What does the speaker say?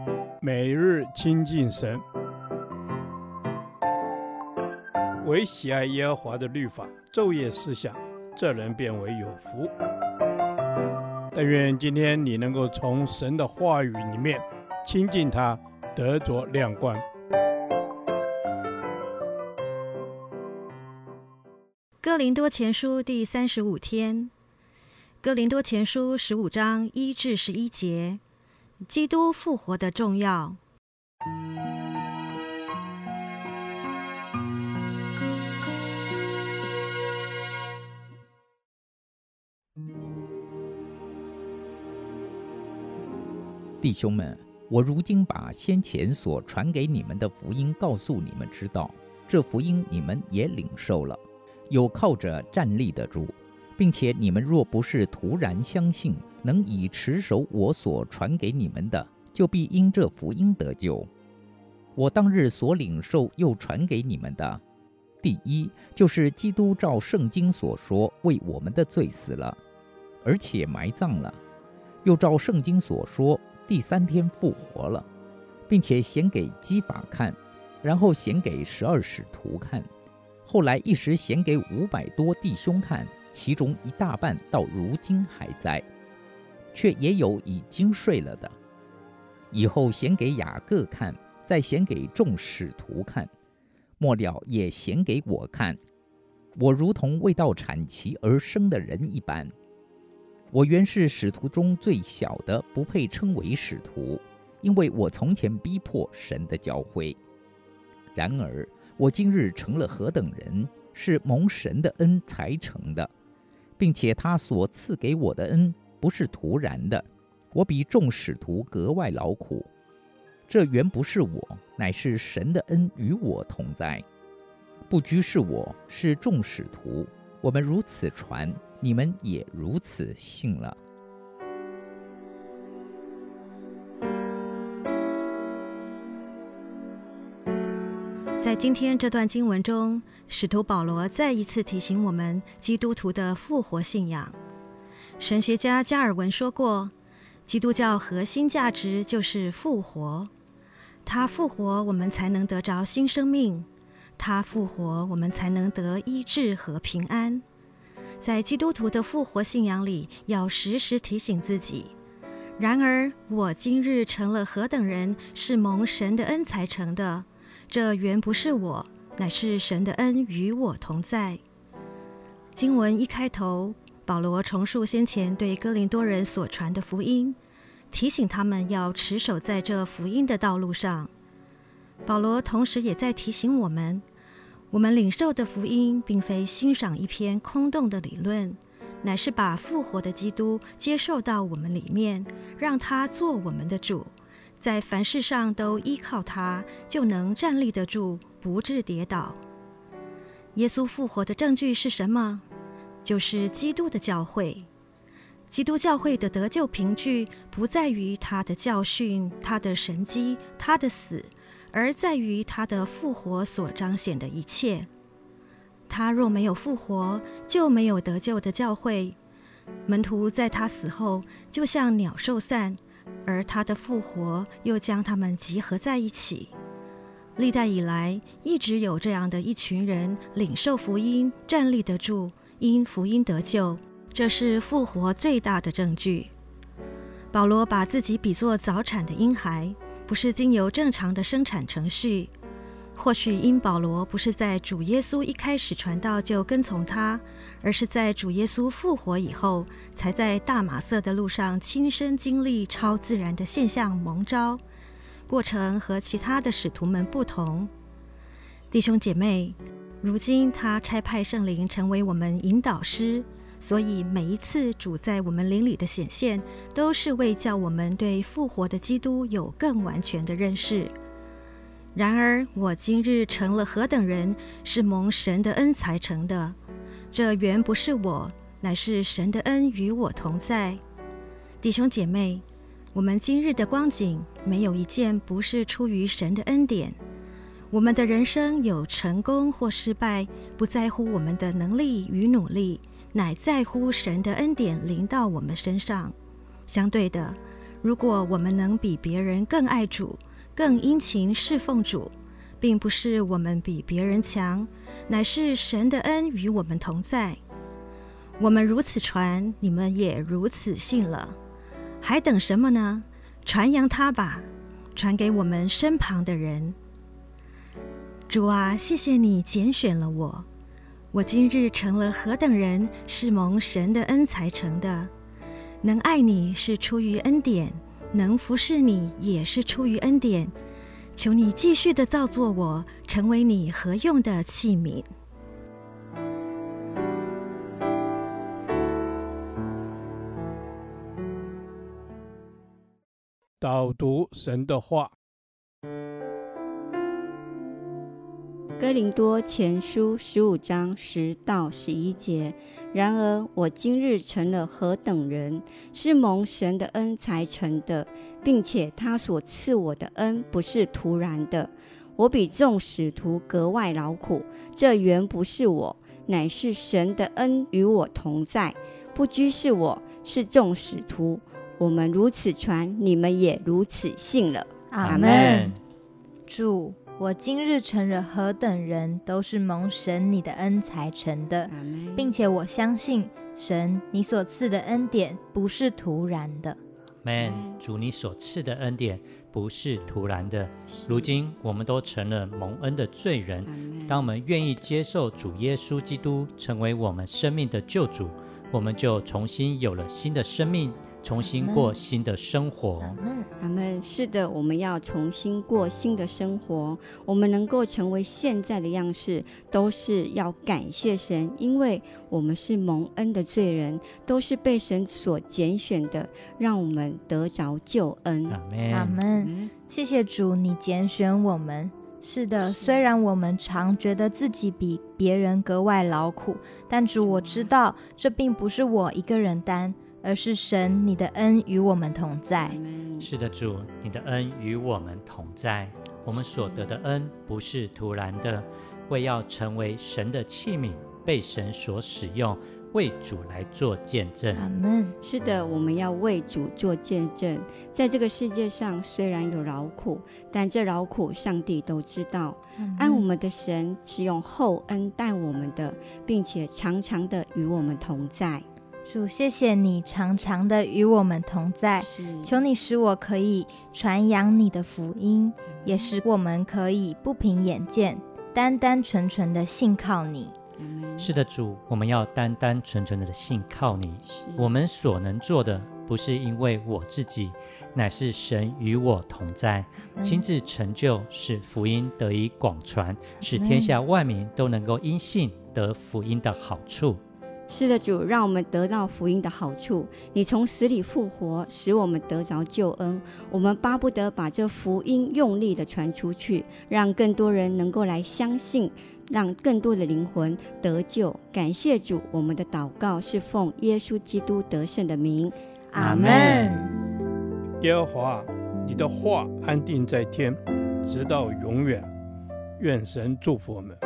每日亲近神，唯喜爱耶和华的律法，昼夜思想，这人变为有福。但愿今天你能够从神的话语里面亲近他，得着亮光。 哥林多前书第35天，哥林多前书15章1至11节，基督复活的重要。 弟兄们，我如今把先前所传给你们的福音告诉你们知道，这福音你们也领受了，有靠着站立得住，并且你们若不是突然相信，能以持守我所传给你们的，就必因这福音得救。我当日所领受又传给你们的，第一，就是基督照圣经所说，为我们的罪死了，而且埋葬了，又照圣经所说，第3天复活了，并且显给基法看，然后显给12使徒看，后来一时显给500多弟兄看，其中一大半到如今还在，却也有已经睡了的。以后显给雅各看，再显给众使徒看，末了也显给我看。我如同未到产期而生的人一般。我原是使徒中最小的，不配称为使徒，因为我从前逼迫神的教诲。然而我今日成了何等人，是蒙神的恩才成的，并且他所赐给我的恩不是突然的，我比众使徒格外劳苦。这原不是我，乃是神的恩与我同在。不拘是我，是众使徒，我们如此传，你们也如此信了。 在今天这段经文中，使徒保罗再一次提醒我们基督徒的复活信仰。神学家加尔文说过，基督教核心价值就是复活。他复活，我们才能得着新生命；他复活，我们才能得医治和平安。在基督徒的复活信仰里，要时时提醒自己：然而我今日成了何等人，是蒙神的恩才成的。这原不是我，乃是神的恩与我同在。经文一开头，保罗重述先前对哥林多人所传的福音，提醒他们要持守在这福音的道路上。保罗同时也在提醒我们，我们领受的福音并非欣赏一篇空洞的理论，乃是把复活的基督接受到我们里面，让他做我们的主，在凡事上都依靠他，就能站立得住，不致跌倒。耶稣复活的证据是什么？就是基督的教会。基督教会的得救凭据不在于他的教训、他的神迹、他的死，而在于他的复活所彰显的一切。他若没有复活，就没有得救的教会。门徒在他死后就像鸟兽散，而他的复活又将他们集合在一起。历代以来，一直有这样的一群人领受福音，站立得住，因福音得救，这是复活最大的证据。保罗把自己比作早产的婴孩，不是经由正常的生产程序。或许因保罗不是在主耶稣一开始传道就跟从他，而是在主耶稣复活以后，才在大马色的路上亲身经历超自然的现象蒙召，过程和其他的使徒们不同。弟兄姐妹，如今他差派圣灵成为我们引导师，所以每一次主在我们灵里的显现，都是为叫我们对复活的基督有更完全的认识。然而我今日成了何等人，是蒙神的恩才成的。这原不是我，乃是神的恩与我同在。弟兄姐妹，我们今日的光景，没有一件不是出于神的恩典。我们的人生有成功或失败，不在乎我们的能力与努力，乃在乎神的恩典临到我们身上。相对的， 如果我们能比别人更爱主，更殷勤侍奉主，并不是我们比别人强，乃是神的恩与我们同在。我们如此传，你们也如此信了，还等什么呢？传扬他吧，传给我们身旁的人。主啊，谢谢你拣选了我，我今日成了何等人，是蒙神的恩才成的。能爱你是出于恩典，能服侍你也是出于恩典。求你继续的造作我，成为你合用的器皿。 导读神的话。 哥林多前书15章10到11节，然而我今日成了何等人，是蒙神的恩才成的，并且他所赐我的恩不是突然的。我比众使徒格外劳苦，这原不是我，乃是神的恩与我同在。不拘是我，是众使徒。我们如此传，你们也如此信了。 阿们。主，我今日成了何等人，都是蒙神你的恩才成的，并且我相信神你所赐的恩典不是突然的。 Amen。主，你所赐的恩典不是突然的。如今我们都成了蒙恩的罪人，当我们愿意接受主耶稣基督成为我们生命的救主，我们就重新有了新的生命，重新过新的生活。 阿们。是的，我们要重新过新的生活。我们能够成为现在的样式，都是要感谢神，因为我们是蒙恩的罪人，都是被神所拣选的，让我们得着救恩。 阿们。谢谢主，你拣选我们。是的，虽然我们常觉得自己比别人格外劳苦，但主，我知道这并不是我一个人担，而是神你的恩与我们同在。 是的，主，你的恩与我们同在。我们所得的恩不是突然的，为要成为神的器皿，被神所使用，为主来做见证。 阿们。 是的，我们要为主做见证。在这个世界上虽然有劳苦，但这劳苦上帝都知道。按我们的神是用厚恩待我们的，并且常常的与我们同在。 主，谢谢你常常的与我们同在，求你使我可以传扬你的福音，也使我们可以不凭眼见，单单纯纯的信靠你。 是的，主，我们要单单纯纯的信靠你。我们所能做的不是因为我自己，乃是神与我同在，亲自成就，使福音得以广传，使天下万民都能够因信得福音的好处。 是的，主，让我们得到福音的好处。你从死里复活，使我们得着救恩。我们巴不得把这福音用力的传出去，让更多人能够来相信，让更多的灵魂得救。感谢主，我们的祷告是奉耶稣基督得胜的名。 阿们。 耶和华，你的话安定在天，直到永远。愿神祝福我们。